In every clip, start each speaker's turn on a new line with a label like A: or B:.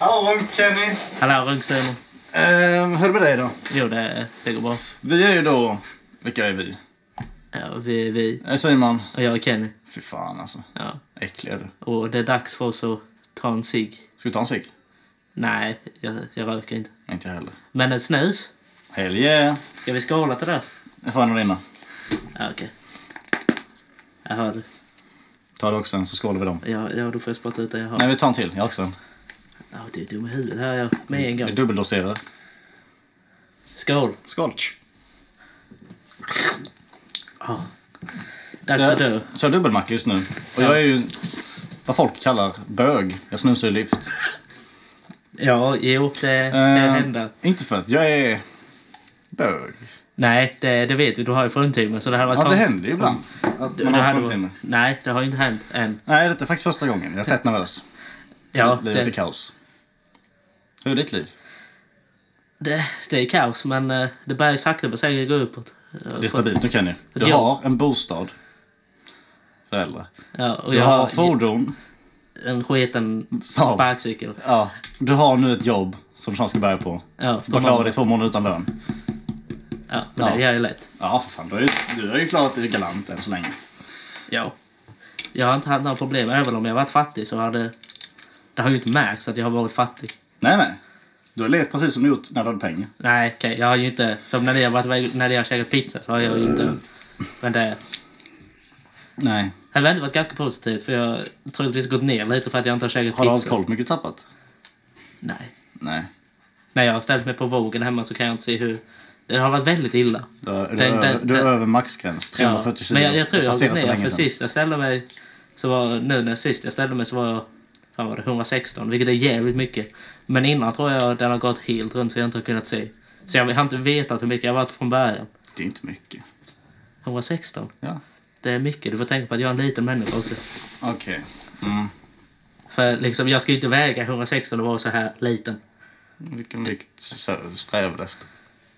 A: Hallå Kenny.
B: Hallå Rugg-Simon.
A: Hur är det med dig då?
B: Jo, det går bra.
A: Vi är ju då... Vilka är vi?
B: Ja, vi.
A: Jag är Simon.
B: Och jag är Kenny.
A: Fy fan alltså.
B: Ja.
A: Äcklig är du.
B: Och det är dags för oss att ta en cigg.
A: Ska vi ta en cigg?
B: Nej, jag röker inte.
A: Inte heller.
B: Men en snus?
A: Hell yeah.
B: Ska vi skåla till det?
A: Jag får en av dina.
B: Ja, okej. Jag hör det.
A: Ta det också, så skålar vi dem.
B: Ja, då får jag spotta ut det jag har.
A: Nej, vi tar en till. Jag också en.
B: Ja, det är dum i huvudet här, jag med en gång.
A: Det är dubbeldoserat.
B: Skål.
A: Skål.
B: Ja. Dags att dö.
A: Så jag dubbelmacka just nu. Och jag är ju vad folk kallar bög. Jag snusar i lift.
B: Ja, jo, det händer.
A: Inte för att jag är bög.
B: Nej, det vet vi. Du har ju fruntimmer, så det här var
A: Ja, det händer ju ibland. Att man har fruntimmer.
B: Nej, det har ju inte hänt än.
A: Nej, det är faktiskt första gången. Jag är fett nervös.
B: Ja,
A: det är lite kaos. Hur är ditt liv?
B: Det är kaos, men det börjar sakta på säkert gå uppåt.
A: Det är stabilt nu, Kenny. Du
B: Ja.
A: har en bostad. Föräldrar.
B: Ja, och
A: Du
B: jag
A: har fordon.
B: en sketen
A: Saab.
B: sparkcykel.
A: Ja. Du har nu ett jobb som du snart ska börja på.
B: Ja,
A: Du bara klarar dig 2 månader utan lön.
B: Ja, men det är lätt.
A: Ja, för fan. Du har ju klarat dig galant än så länge.
B: Ja. Jag har inte haft några problem. Även om jag varit fattig så har det har ju inte märkts att jag har varit fattig.
A: Nej. Du har levt precis som du gjort när du hade pengar.
B: Nej, okej. Jag har ju inte... Som när jag har käkat pizza så har jag ju inte... Men det...
A: Nej.
B: Det har ändå varit ganska positivt, för jag troligtvis gått ner lite för att jag inte har käkat
A: Har du
B: pizza.
A: allt koll på mycket tappat?
B: Nej.
A: Nej.
B: När jag har ställt mig på vågen hemma så kan jag inte se hur... Det har varit väldigt illa.
A: Du är över maxgräns. 340 kilo.
B: Men jag tror jag har gått ner, för
A: sedan.
B: sist jag ställde mig så var... Nu när sist jag ställde mig så var jag... Fan var det 116, vilket är jävligt mycket. Men innan tror jag den har gått helt runt så jag inte har kunnat se. Så jag har inte vetat hur mycket jag har varit från början.
A: Det är inte mycket.
B: 116?
A: Ja.
B: Det är mycket. Du får tänka på att jag är en liten människa också.
A: Okej. Mm.
B: För liksom, jag ska ju inte väga 116 och vara så här liten.
A: Vilken vikt strävar du efter?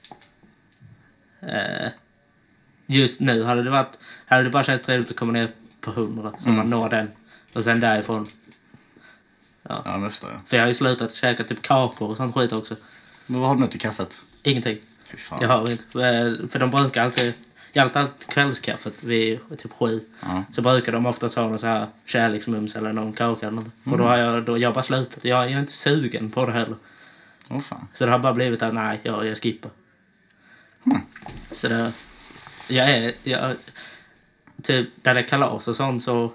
B: Just nu hade det bara känts trevligt att komma ner på 100 så man når den. Och sen därifrån.
A: Ja, nästa. Ja.
B: För jag har ju slutat käka typ kakor och sånt skit också.
A: Men vad har du nu till kaffet?
B: Ingenting.
A: Fy fan.
B: Jag har inte. För de brukar alltid... Jag har alltid kvällskaffet vid typ 7.
A: Ja.
B: Så brukar de ofta ta någon så här kärleksmums eller någon kaka eller något. Och då har jag bara slutat. Jag är inte sugen på det heller.
A: Åh fan.
B: Så det har bara blivit att nej, jag skippar. Så det... Jag typ när det är kalas och sånt så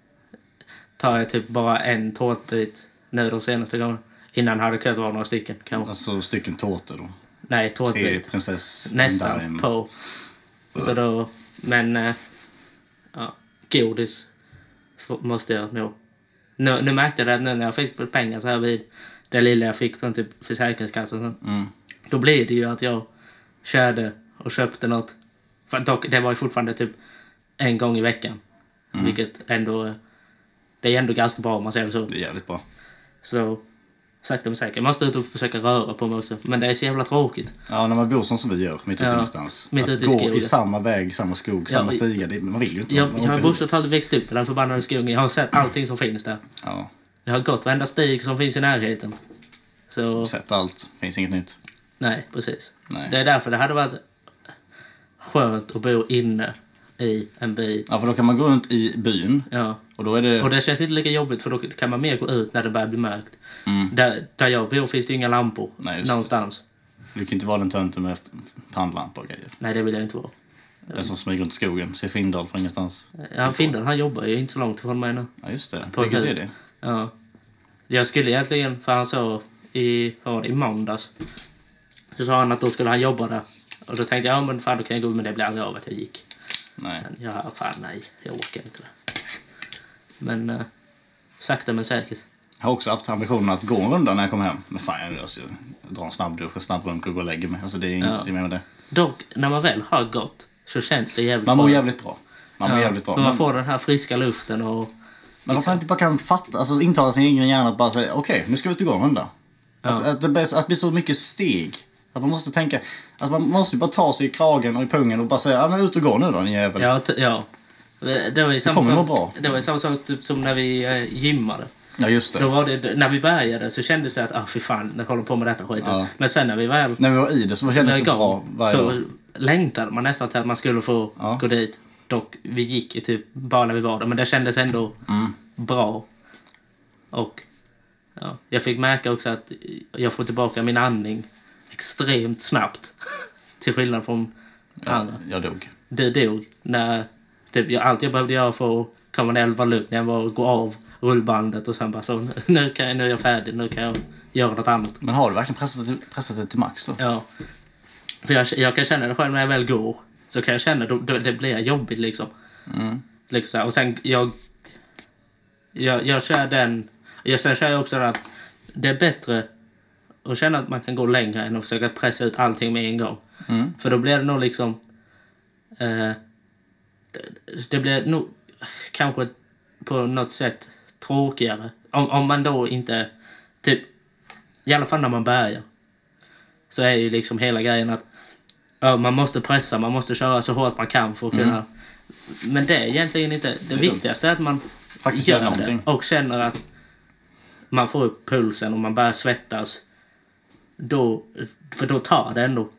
B: tar jag typ bara en tårtbit nu de senaste gångerna. Innan hade det kunnat vara några stycken kanske.
A: Alltså stycken tårtor då?
B: Nej, tårtbit.
A: Prinsess
B: Nästan
A: Dime.
B: på. Så då, men ja, godis måste jag nog. Nu märkte jag det att nu när jag fick pengar så här vid det lilla jag fick från typ Försäkringskassan. Då blev det ju att jag körde och köpte något. För dock, det var ju fortfarande typ en gång i veckan. Vilket ändå, det är ändå ganska bra om man säger det så.
A: Det är jävligt bra.
B: Så sakta men säkert. Jag måste ut och försöka röra på mig också. Men det är så jävla tråkigt.
A: Ja, när man bor som vi gör, mitt ute någonstans.
B: Mitt
A: att
B: ute i
A: gå
B: skogen.
A: i samma väg, samma skog, samma stiga. Man vill ju inte.
B: Jag har bostadstalet växt upp i den förbannade skogen. Jag har sett allting som finns där.
A: Ja.
B: Jag har gått varenda stig som finns i närheten. Så...
A: Sett allt. Finns inget nytt.
B: Nej, precis.
A: Nej.
B: Det är därför det hade varit skönt att bo inne i en by.
A: Ja, för då kan man gå runt i byn.
B: Ja.
A: Och då är det...
B: Och det känns inte lika jobbigt för då kan man mer gå ut när det börjar bli mörkt. Där jag bor finns det inga lampor.
A: Nej,
B: någonstans.
A: Du kan inte vara den tönten med pannlampor och grejer.
B: Nej, det vill jag inte vara.
A: Den som smyger runt i skogen. Ser Findal från ingenstans.
B: Ja, Findal, han jobbar ju inte så långt ifrån mig nu.
A: Ja, just det.
B: På
A: Vilket är det?
B: Ja. Jag skulle egentligen, för han sa i måndags. Så sa han att då skulle han jobba där. Och då tänkte jag, ja men fan då kan jag gå, men det blev aldrig av att jag gick.
A: Nej.
B: Men ja, fan nej, jag orkar inte det. Men sakta men säkert.
A: Jag har också haft ambitionen att gå en runda när jag kommer hem. Men fan, jag drar en snabbdusch, en snabbrunk och går och lägger mig. Alltså det är inget med det.
B: Dock, när man väl har gått så känns det jävligt
A: Man mår
B: bra.
A: jävligt bra. Man mår jävligt bra.
B: Man får den här friska luften och...
A: Men om man inte bara kan fatta, alltså intala sin egen hjärna och bara säga okej, nu ska vi ut och gå en runda. Att det blir så mycket steg. Att man måste tänka, att man måste bara ta sig i kragen och i pungen och bara säga, ja men ut och gå nu då, ni jävel.
B: Ja. Det var ju samma
A: kommer
B: sak,
A: nog bra.
B: det var ju samma sak typ, som när vi gymmade.
A: Ja, just det.
B: Då var det, när vi började så kändes det att fy fan, jag håller på med detta skiten. Ja. Men sen när vi
A: var i det så kändes det bra.
B: Så längtade man nästan till att man skulle få gå dit. Dock, vi gick ju typ bara när vi var där. Men det kändes ändå bra. Och jag fick märka också att jag får tillbaka min andning extremt snabbt. Till skillnad från andra.
A: Jag dog.
B: Du dog. När typ, allt jag behövde göra för att komma ner var lugnt. Jag var gå av rullbandet och sen bara så, nu är jag färdig, nu kan jag göra något annat.
A: Men har du verkligen pressat det till max då?
B: Ja. För jag kan känna det själv när jag väl går. Så kan jag känna det blir jobbigt liksom. Liksom. Och sen jag kör den. Sen kör jag också att det är bättre att känna att man kan gå längre än att försöka pressa ut allting med en gång. För då blir det nog liksom det blir nog kanske på något sätt tråkigare. Om man då inte typ, i alla fall när man börjar, så är ju liksom hela grejen att man måste pressa, man måste köra så hårt man kan för att kunna. Men det är egentligen inte det viktigaste, är att man
A: faktiskt
B: gör
A: någonting.
B: Det och känner att man får upp pulsen och man börjar svettas. För då tar det ändå.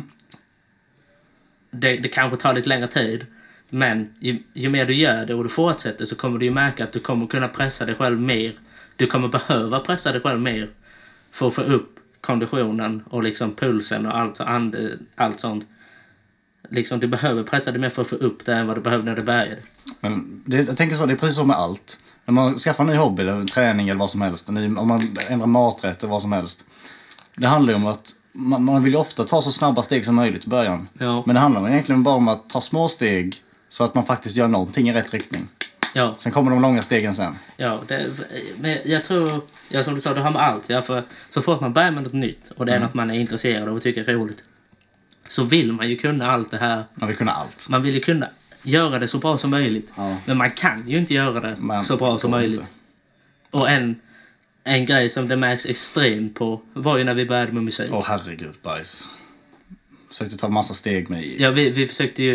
B: Det kanske tar lite längre tid, men ju mer du gör det och du fortsätter, så kommer du ju märka att du kommer kunna pressa dig själv mer. Du kommer behöva pressa dig själv mer för att få upp konditionen och liksom pulsen och allt sånt. Liksom, du behöver pressa dig mer för att få upp det än vad du behövde när du började.
A: Men jag tänker så, det är precis så med allt. När man skaffar en ny hobby eller en träning eller vad som helst, om man ändrar maträtt eller vad som helst. Det handlar ju om att man vill ju ofta ta så snabba steg som möjligt i början.
B: Ja.
A: Men det handlar egentligen bara om att ta små steg så att man faktiskt gör någonting i rätt riktning.
B: Ja.
A: Sen kommer de långa stegen sen.
B: Ja, men jag tror, som du sa, det har med allt. För så fort man börjar med något nytt och det är något man är intresserad av och tycker är roligt, så vill man ju kunna allt det här.
A: Man vill kunna allt.
B: Man vill ju kunna göra det så bra som möjligt. Ja. Men man kan ju inte göra det så bra som möjligt. Inte. Och en grej som det märks extremt på var ju när vi började med musik.
A: Herregud, bajs. Försökte ta en massa steg med i.
B: Ja, vi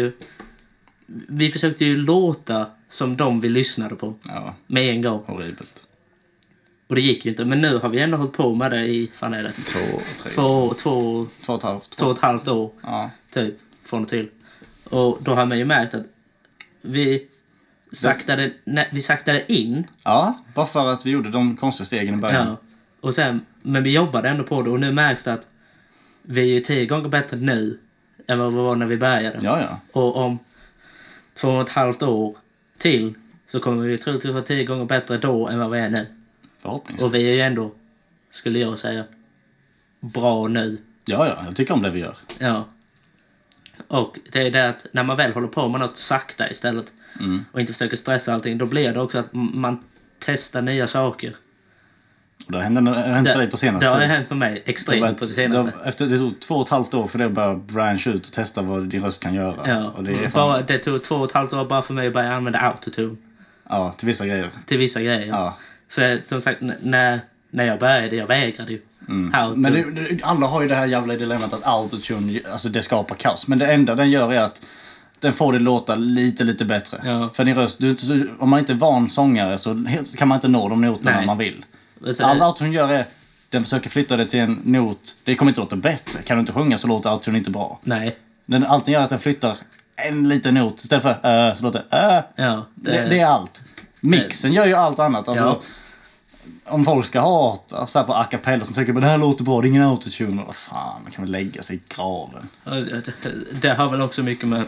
B: försökte ju låta som de vi lyssnade på. Ja. Med en gång.
A: Horribelt.
B: Och det gick ju inte. Men nu har vi ändå hållit på med det i, fan är det? Två och ett halvt år. Ja. Typ, från och till. Och då har man ju märkt att vi saktade in.
A: Ja, bara för att vi gjorde de konstiga stegen i början. Ja.
B: Och sen, men vi jobbade ändå på det. Och nu märks det att vi är ju 10 gånger bättre nu än vad vi var när vi började.
A: Ja.
B: Och om 2,5 år till så kommer vi troligtvis vara 10 gånger bättre då än vad vi är nu. Och vi är ju ändå, skulle jag säga, bra nu.
A: Ja, jag tycker om det vi gör.
B: Ja. Och det är det att när man väl håller på med något sakta istället och inte försöker stressa allting, då blir det också att man testar nya saker.
A: Och det har hänt för dig på senaste.
B: Det har hänt för mig extremt på det senaste.
A: Efter det tog 2,5 år för det att börja branch ut och testa vad din röst kan göra.
B: Ja,
A: och
B: det tog 2,5 år bara för mig att börja använda autotune.
A: Ja, till vissa grejer.
B: Ja. För som sagt, när jag började, jag vägrade ju.
A: Men alla har ju det här jävla dilemmat att autotune, alltså det skapar kaos. Men det enda den gör är att den får det låta lite bättre. Ja. För din röst, om man inte är van sångare så kan man inte nå de noterna man vill. Allt autotune gör är, den försöker flytta det till en not. Det kommer inte låta bättre. Kan du inte sjunga så låter autotune inte bra.
B: Nej.
A: Allt gör att den flyttar en liten not istället för så låter
B: ja,
A: det är allt. Mixen gör ju allt annat. Alltså, ja. Om folk ska ha så här på a cappella som tycker att det här låter bra, det är ingen autotune. Vad fan, man kan väl lägga sig i graven.
B: Det har väl också mycket med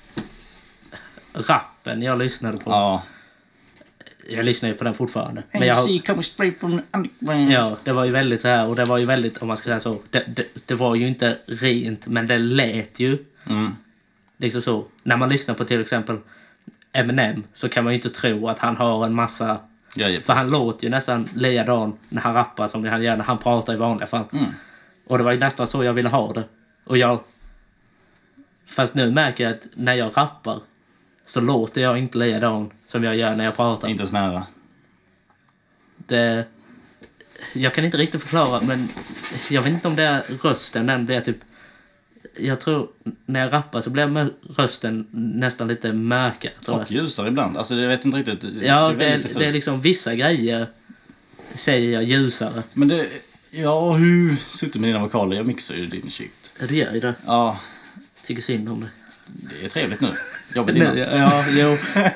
B: rappen jag lyssnade på.
A: Ja.
B: Jag lyssnar ju på den fortfarande.
A: MC coming straight from the underground.
B: Ja, det var ju väldigt så här, och det var ju väldigt, om man ska säga så, det var ju inte rent, men det lät ju. Liksom så. När man lyssnar på till exempel Eminem så kan man ju inte tro att han har en massa. För han låter ju nästan likadan när han rappar som han gör när han pratar i vanliga fall. Och det var ju nästan så jag ville ha det. Och fast nu märker jag att när jag rappar så låter jag inte likadan som jag gör när jag pratar.
A: Inte snära.
B: Jag kan inte riktigt förklara, men jag vet inte om det är rösten. Den blir typ, jag tror när jag rappar så blir rösten nästan lite mörkare.
A: Och ljusare ibland. Alltså jag vet inte riktigt.
B: Ja, det är liksom vissa grejer säger jag ljusare.
A: Men det... Jag har ju suttit med dina vokaler. Jag mixar ju din shit.
B: Det gör ju det.
A: Ja.
B: Tycker synd om det.
A: Det är trevligt nu. Jobbigt innan.
B: Ja, jo.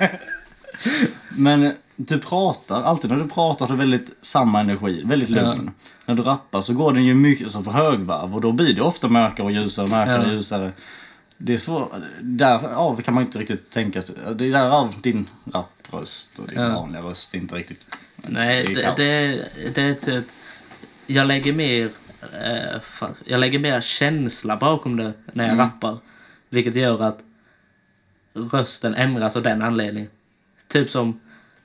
A: Men du pratar, alltid när du pratar har du väldigt samma energi, väldigt lugn. När du rappar så går den ju mycket så på högvarv och då blir det ofta mörkare och ljusare, ljusare. Det är så, därav kan man inte riktigt tänka sig. Det är därav din rappröst och din vanliga röst inte riktigt.
B: Nej, det är typ... Jag lägger mer känsla bakom det när jag rappar. Vilket gör att rösten ändras av den anledningen. Typ som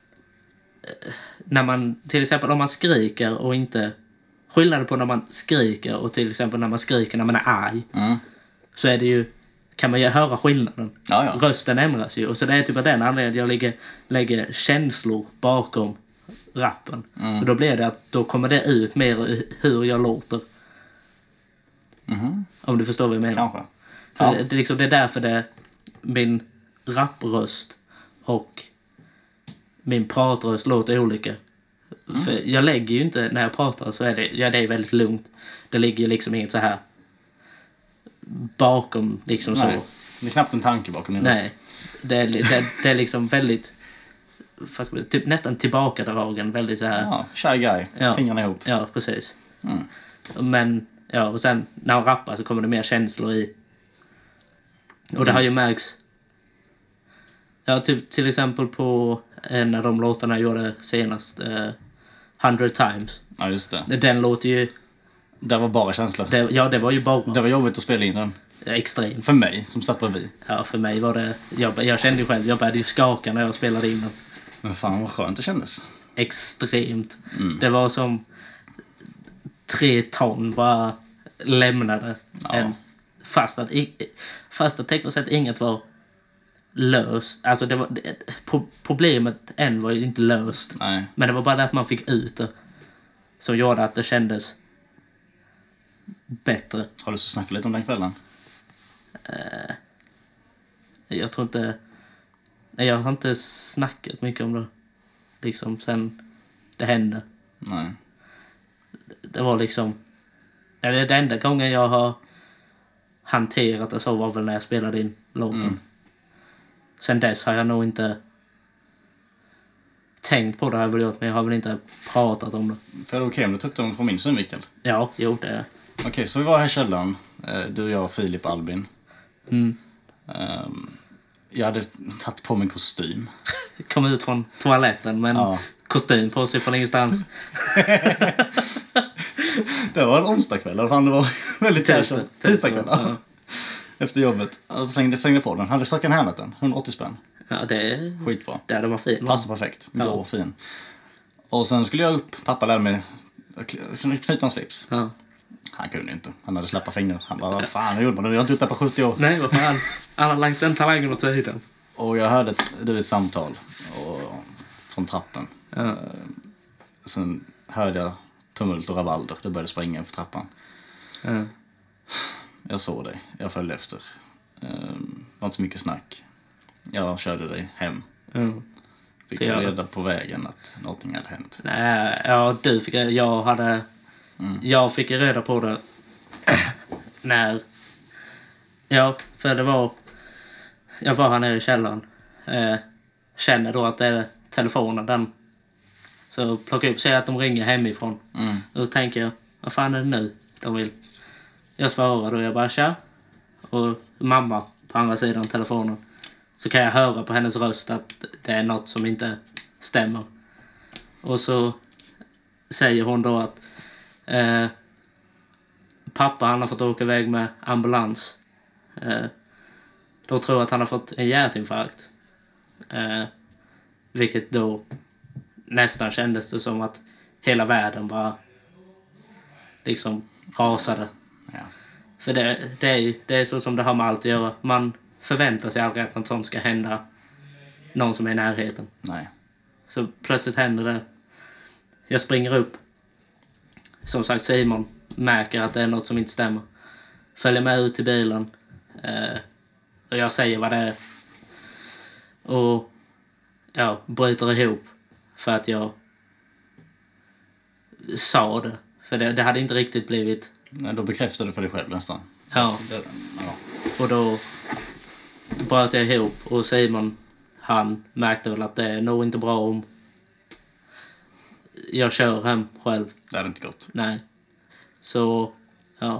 B: när man, till exempel om man skriker och inte... Skillnaden på när man skriker och till exempel när man skriker när man är arg. Så är det ju, kan man ju höra skillnaden. Rösten ändras ju. Och så det är typ av den anledningen jag lägger känslor bakom rappen. Och då blir det att då kommer det ut mer hur jag låter. Om du förstår vad jag menar.
A: Kanske.
B: Det är därför min rappröst och min pratröst låter olika. För jag lägger ju inte, när jag pratar så är det är väldigt lugnt. Det ligger liksom inget så här bakom liksom. Nej, så.
A: Det är knappt en tanke bakom din
B: röst. Nej, det är liksom väldigt typ nästan tillbakadragen, väldigt så här.
A: Ja, shy guy, fingrarna ihop.
B: Ja, precis. Men och sen när han rappar så kommer det mer känslor i. Och det har ju märks. Ja, typ till exempel på en av de låtarna jag gjorde senast, 100 times.
A: Ja, just det.
B: Den låter ju...
A: Det var bara känslor.
B: Det var ju bara...
A: Det var jobbigt att spela in den.
B: Ja, extremt.
A: För mig, som satt bredvid.
B: Ja, för mig var det... Jag kände ju själv, jag började ju skaka när jag spelade in den.
A: Men fan vad skönt det kändes.
B: Extremt. Det var som 3 ton bara lämnade en... Fast att tekniskt sett inget var löst. Alltså det var problemet än var ju inte löst.
A: Nej.
B: Men det var bara det att man fick ut det som gjorde att det kändes bättre.
A: Har du så snackat lite om den kvällen?
B: Jag tror inte... Jag har inte snackat mycket om det. Liksom sen det hände.
A: Nej.
B: Det var liksom... Det enda gången jag har hanterat det så var väl när jag spelade in låten. Sen dess har jag nog inte tänkt på det här, men jag har väl inte pratat om det.
A: För det är okej om du tog dem från min synvinkel?
B: Ja, jo det är.
A: Okej, så vi var här i källaren. Du, jag, Filip, Albin. Jag hade tagit på min kostym.
B: Kom ut från toaletten med en kostym på sig från ingenstans.
A: Det var en onsdagkväll, det var väldigt tisdagkväll. Efter jobbet. Alltså slängde på den. Hade second handlat den. 180 spänn.
B: Ja, det är
A: skitbra.
B: Det var fin.
A: Passar perfekt. Grå och fin. Och sen skulle jag upp. Pappa lärde mig knyta en slips.
B: Ja.
A: Han kunde inte. Han hade slappat fingrar. Han bara, vad fan gjorde man? Jag har inte gjort det på 70 år.
B: Nej, vad fan. Han har lagt den talangen åt sidan.
A: Och jag hörde ett samtal från trappen.
B: Ja.
A: Sen hörde jag tumult och rabalder. Det började springa för trappan.
B: Ja.
A: Jag såg dig. Jag följde efter. Var inte så mycket snack. Jag körde dig hem. Fick jag reda på vägen att någonting hade hänt.
B: Nej, ja, du fick... Jag fick reda på det när... Ja, för det var... Jag var här nere i källaren. Känner då att det är telefonen, den... Så plockar upp, säger att de ringer hemifrån. Och så tänker jag, vad fan är det nu de vill? Jag svarar då, jag bara tja. Och mamma på andra sidan telefonen. Så kan jag höra på hennes röst att det är något som inte stämmer. Och så säger hon då att pappa han har fått åka iväg med ambulans. Då tror jag att han har fått en hjärtinfarkt. Vilket då nästan kändes det som att hela världen bara liksom rasade.
A: Ja.
B: För det är så som det har med allt att göra. Man förväntar sig aldrig att något sånt ska hända någon som är i närheten.
A: Nej.
B: Så plötsligt händer det. Jag springer upp. Som sagt, Simon märker att det är något som inte stämmer. Följer med ut till bilen. Och jag säger vad det är. Och bryter ihop. För att sa det. För det hade inte riktigt blivit...
A: Nej, då bekräftade du för dig själv nästan.
B: Ja. Och då bröt jag ihop och Simon, han märkte väl att det är nog inte bra om jag kör hem själv.
A: Det hade inte gått.
B: Nej. Så, ja.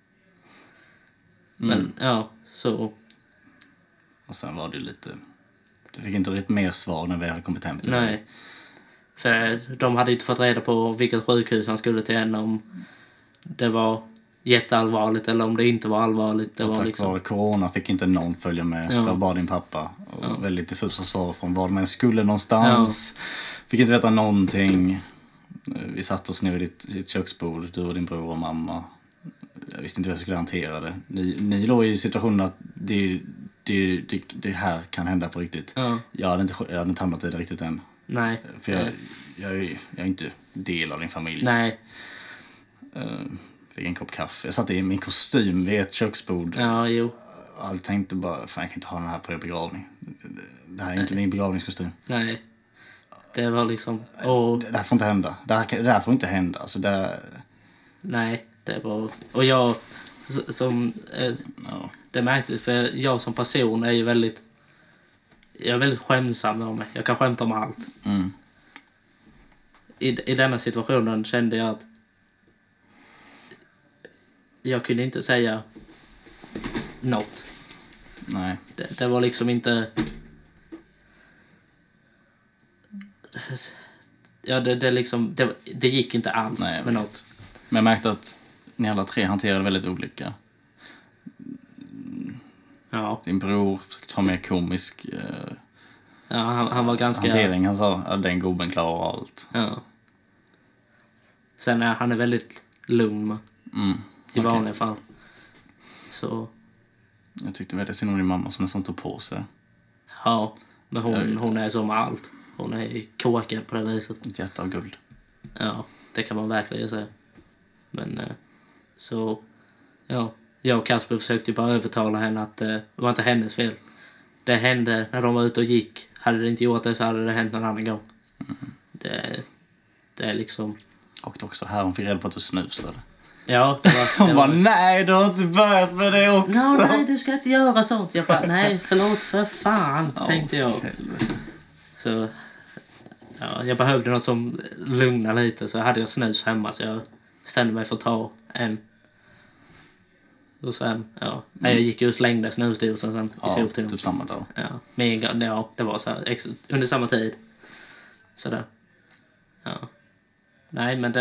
B: Men, ja, så...
A: Och sen var det lite... Du fick inte riktigt mer svar när vi hade kommit hem till
B: Nej.
A: dig.
B: För de hade inte fått reda på vilket sjukhus han skulle till än, om det var jätteallvarligt eller om det inte var allvarligt. Det
A: och
B: var
A: tack
B: liksom...
A: vare corona fick inte någon följa med.
B: Ja.
A: Det var bara din pappa. Och väldigt diffusa svar från var man skulle någonstans. Fick inte veta någonting. Vi satt oss ner vid ditt köksbord, du och din bror och mamma. Jag visste inte hur jag skulle hantera det. Ni låg i situationen att det här kan hända på riktigt.
B: Ja.
A: Jag hade inte hamnat i det riktigt än.
B: Nej.
A: För jag är inte del av din familj.
B: Nej.
A: Fick en kopp kaffe. Jag satt i min kostym vid ett köksbord.
B: Ja, jo.
A: Jag tänkte bara, fan jag kan inte ha den här på er begravning. Det här är inte min begravningskostym.
B: Nej. Det var liksom... Och...
A: Det här får inte hända. Det här får inte hända. Alltså
B: Nej, det var... Och jag som...
A: Ja.
B: Det märktes, för jag som person är ju väldigt... Jag är väldigt skämsam av mig. Jag kan skämta om allt.
A: Mm.
B: I denna situationen kände jag att jag kunde inte säga något.
A: Nej.
B: Det var liksom inte... Ja, det liksom... Det gick inte alls.
A: Nej,
B: med något.
A: Men jag märkte att ni alla tre hanterade väldigt olika.
B: Ja.
A: Din bror försökte ta mer komisk
B: Ja, han var ganska...
A: hantering. Han sa att den gubben klarar allt.
B: Ja. Sen är han väldigt lugn med. I vanliga fall. Så...
A: Jag tyckte väldigt synd om din mamma som nästan tog på sig.
B: Ja, men hon är som allt. Hon är korkad på det viset.
A: Ett hjärta av guld.
B: Ja, det kan man verkligen säga. Men så... Ja, jag och Kasper försökte bara övertala henne att det var inte hennes fel. Det hände när de var ute och gick. Hade det inte gjort det så hade det hänt någon annan gång. Det är liksom...
A: Och också här hon fick reda på att du snusade.
B: Ja, det var...
A: Hon bara, nej du har inte börjat med det också.
B: Nej, du ska inte göra sånt. Jag bara, nej, förlåt för fan, tänkte jag. Så... Ja, jag behövde något som lugna lite, så hade jag snus hemma, så jag bestämde mig för att ta en. Och sen, jag gick ju och slängde snusdosen sen i soptunnan.
A: Typ samma dag.
B: Ja, men det var så här, under samma tid. Sådär. Ja. Nej, men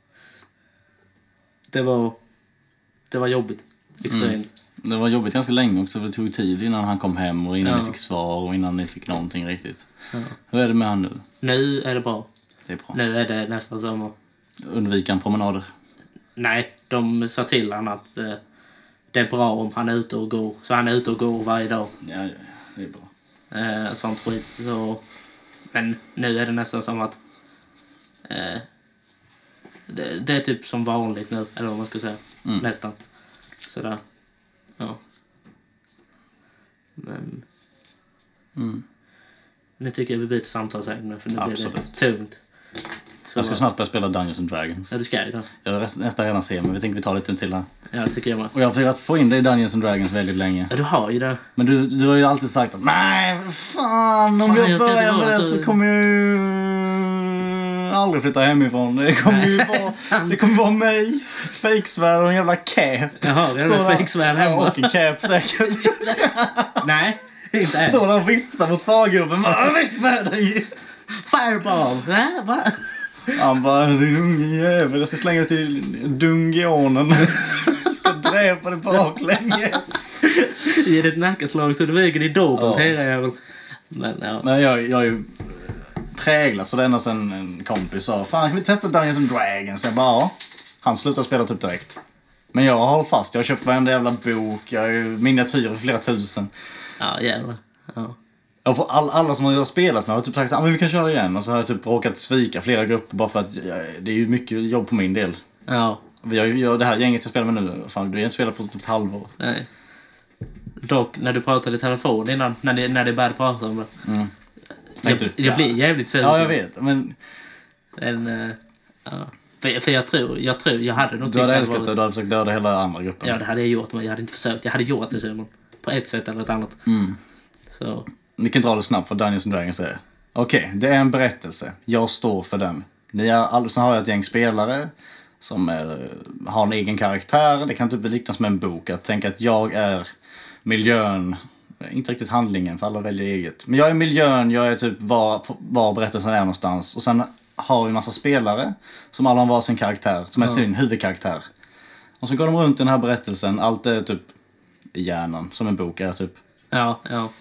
B: det var jobbigt. Extremt.
A: Det var jobbigt ganska länge också, för det tog tid innan han kom hem och innan ni fick svar och innan ni fick någonting riktigt. Ja. Hur är det med han nu?
B: Nu är det bra.
A: Det är bra.
B: Nu är det nästan som...
A: Undviker han promenader?
B: Nej, de sa till han att det är bra om han är ute och går. Så han är ute och går varje dag.
A: Ja, det är bra.
B: Sånt skit. Så... Men nu är det nästan som att... Det är typ som vanligt nu, eller vad man ska säga. Nästan. Sådär. Ja. Men... Nu tycker jag vi byter samtalsämne, för nu blir det tungt. Så...
A: Jag ska snart börja spela Dungeons and Dragons.
B: Ja, du ska ju då.
A: Jag har nästan redan se, men vi tänker vi tar lite till här.
B: Ja, tycker jag med.
A: Och jag har velat få in dig i Dungeons and Dragons väldigt länge.
B: Ja, du har ju det.
A: Men du har ju alltid sagt att nej, fan, om jag börjar med det så kommer jag aldrig flytta hemifrån. Det kommer vara mig, ett fejksvärd och en jävla cap.
B: Jaha, det är en fejksvärd hemma.
A: Ja, och en cap säkert.
B: Nej, inte än.
A: Står där och viftar mot fargubben. Vad väck med dig!
B: Fireball! Nej, va?
A: Han bara, din unge jävel, jag ska slänga dig till Dungionen. Jag ska dräpa dig baklänges.
B: Ge dig ett nackaslag så du väger dig dubbelt, herrejävel. Men ja.
A: Men jag är ju präglad, så det ända sen en kompis sa, fan kan vi testa Dungeons and Dragons? Jag bara, han slutade spela typ direkt. Men jag har hållit fast, jag har köpt varenda jävla bok, jag har ju miniatyrer för flera tusen.
B: Ja, jävlar. Ja.
A: Jag får alla som jag har spelat med har typ sagt men vi kan köra igen. Och så har jag typ råkat svika flera grupper bara för att det är ju mycket jobb på min del.
B: Ja.
A: Vi har ju det här gänget jag spelar med nu. Fan, du har inte spelat på typ ett halvår.
B: Nej. Dock, när du pratade i telefon innan, när det började prata om det. Jag blir jävligt sugen.
A: Ja, jag vet. Men
B: ja. För jag hade nog
A: Du hade
B: tyckt
A: älskat det, du hade försökt döda hela andra gruppen.
B: Ja, det hade jag gjort, men jag hade inte försökt. Jag hade gjort det, Simon. På ett sätt eller ett annat. Så.
A: Ni kan dra det snabbt för Dungeons & Dragons säger. Okej, det är en berättelse. Jag står för den. Sen har jag ett gäng spelare som har en egen karaktär. Det kan typ liknas med en bok. Att tänka att jag är miljön. Inte riktigt handlingen, för alla väljer eget. Men jag är miljön, jag är typ var berättelsen är någonstans. Och sen har vi en massa spelare som alla har var sin karaktär. Som är sin huvudkaraktär. Och så går de runt i den här berättelsen. Allt är typ i hjärnan, som en bok är typ.
B: Ja.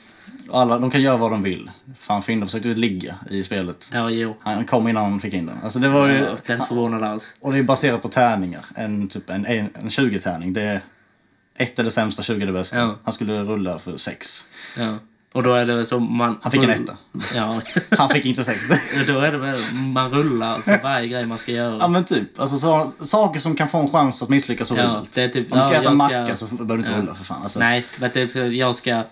A: De kan göra vad de vill. Fan, Findor försökte ligga i spelet.
B: Ja, jo.
A: Han kom innan han fick in den. Alltså det var ju...
B: Den förvånade alls.
A: Och det är baserat på tärningar. En 20-tärning. Det är 1 är det sämsta, 20 är det bästa.
B: Ja.
A: Han skulle rulla för 6.
B: Ja. Och då är det väl så man...
A: Han fick en 1.
B: Ja.
A: Han fick inte 6.
B: Då är det väl man rullar för varje grej man ska göra.
A: Ja, men typ. Alltså saker som kan få en chans att misslyckas så rulligt.
B: Det är typ,
A: om du ska äta macka så behöver du inte rulla för fan. Alltså.
B: Nej, men typ, jag ska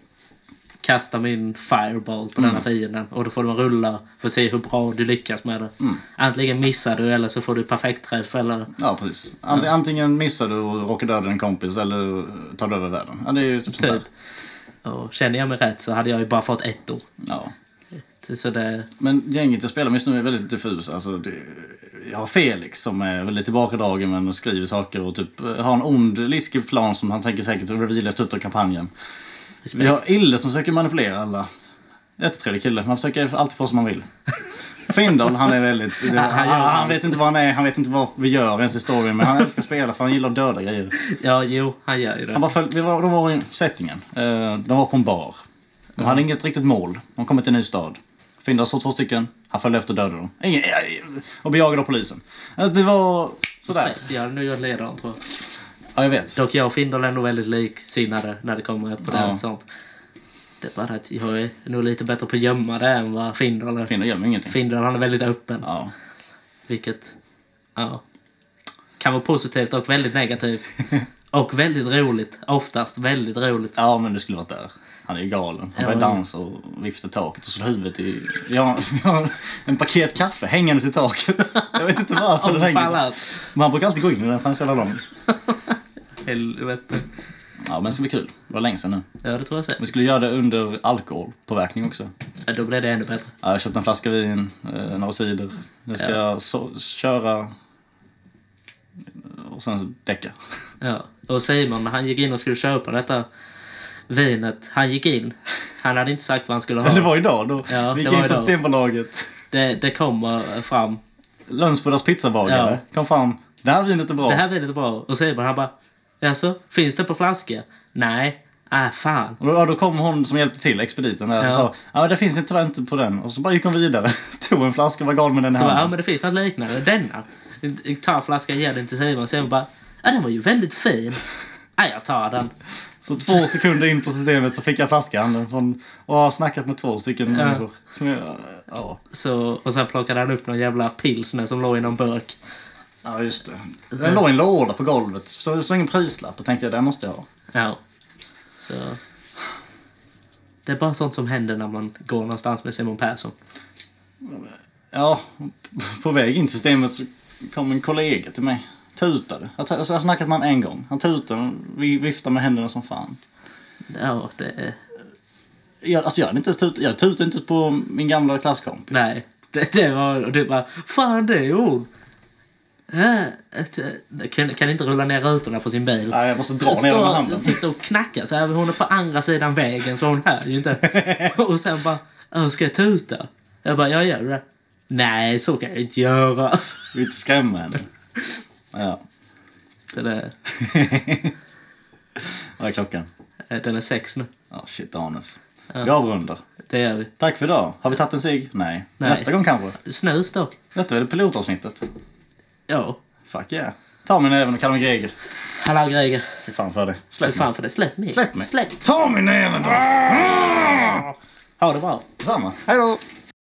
B: kasta min fireball på denna fienden. Och då får man rulla för att se hur bra du lyckas med det. Antingen missar du eller så får du perfekt träff. Eller...
A: Ja, precis. Antingen missar du och råkar döda en kompis eller tar du över världen. Ja, det är ju typ sånt där.
B: Och känner jag mig rätt så hade jag ju bara fått 1 år.
A: Ja.
B: Så det...
A: Men gänget jag spelar med just nu är väldigt diffus. Alltså, jag har Felix som är väldigt tillbakadragen men skriver saker och typ har en ond liskig plan som han tänker säkert revila slutet av kampanjen. Vi har Ille som försöker manipulera alla. Jättetrevlig kille. Man försöker alltid få som man vill. Findal, han är väldigt... Han vet inte vad han är, han vet inte vad vi gör ens i storyn, men han älskar att spela för han gillar att döda grejer.
B: Ja, jo, han gör ju det.
A: De var i settingen. De var på en bar. De hade inget riktigt mål. De kom till en ny stad. Findal såg 2 stycken. Han följde efter och dödade dem. Och bejagade av polisen. Det var sådär.
B: Ja, nu är jag ledaren, tror jag.
A: Ja, jag vet.
B: Dock jag och Findal är nog väldigt liksinnade när det kommer på det och sånt. Det är bara att jag är nog lite bättre på att gömma det än vad Findal är.
A: Findal gömmer ingenting.
B: Findal, han är väldigt öppen.
A: Ja.
B: Vilket, kan vara positivt och väldigt negativt. Och väldigt roligt. Oftast väldigt roligt.
A: Ja, men det skulle varit där. Han är ju galen. Han börjar dansa och vifta taket och slå huvudet i... Vi har en paket kaffe hängandes i taket. Jag vet inte varför den hänger. Men han brukar alltid gå in i den för han ställer dem.
B: Helvete.
A: Ja, men det ska bli kul. Det var länge sedan nu.
B: Ja, det tror jag säkert.
A: Vi skulle göra det under alkoholpåverkning också.
B: Ja, då blir det ännu bättre.
A: Ja, jag köpte en flaska vin, några cider. Nu ska jag köra och sen däcka.
B: Ja, och Simon, när han gick in och skulle köpa detta vinet, han gick in. Han hade inte sagt vad han skulle ha.
A: Det var idag då.
B: Ja,
A: vi gick in på Systembolaget.
B: Det kommer fram.
A: Lönsbodas pizzabagare. Kom fram. Det här vinet är bra.
B: Det här vinet är bra. Och Simon, han bara, alltså, finns det på flaska? Nej. Fan.
A: Och då kom hon som hjälpte till, expediten där, och sa, men det finns tyvärr inte på den. Och så bara gick hon vidare. Tog en flaska och var gal med den här.
B: Ja, men det finns något liknande. Denna. Ta flaskan, ge den till Simon. Simon bara, den var ju väldigt fin. Jag tar den.
A: Så 2 sekunder in på systemet så fick jag flaskan från, och har snackat med 2 stycken människor.
B: Så, och sen plockade han upp någon jävla pilsner som låg i någon burk.
A: Ja, just det. Den låg i en låda på golvet. Så det stod ingen prislapp och tänkte jag, det måste jag ha.
B: Ja. Så. Det är bara sånt som händer när man går någonstans med Simon Persson.
A: Ja, på väg in i systemet så kom en kollega till mig. Tutade. Jag har snackat med honom en gång. Han tutade och viftade med händerna som fan.
B: Ja, det är...
A: Jag tutade inte på min gamla klasskompis.
B: Nej, det var... Och du bara, fan det är hon. Kan inte rulla ner rutorna på sin bil.
A: Nej, jag måste dra ner med handen.
B: Sitter och knackar så här. Hon är på andra sidan vägen så hon hör ju inte. Och sen bara, ska jag tuta? Jag bara, jag gör det. Nej, så kan jag inte göra.
A: Du vill inte skrämma henne. Ja.
B: Det där.
A: Vad är klockan?
B: Den är 6 nu.
A: Ja, shit, Anes. Vi avrundar.
B: Det gör vi.
A: Tack för idag. Har vi tagit en cigg? Nej. Nästa gång kanske.
B: Snus dock.
A: Detta är det pilotavsnittet.
B: Ja.
A: Fuck yeah. Ta min näven och kalla mig Greger.
B: Hallå Greger.
A: Fy fan för det. Släpp mig.
B: Släpp mig.
A: Släpp mig. Ta min näven då.
B: Ha det bra.
A: Detsamma. Hej då.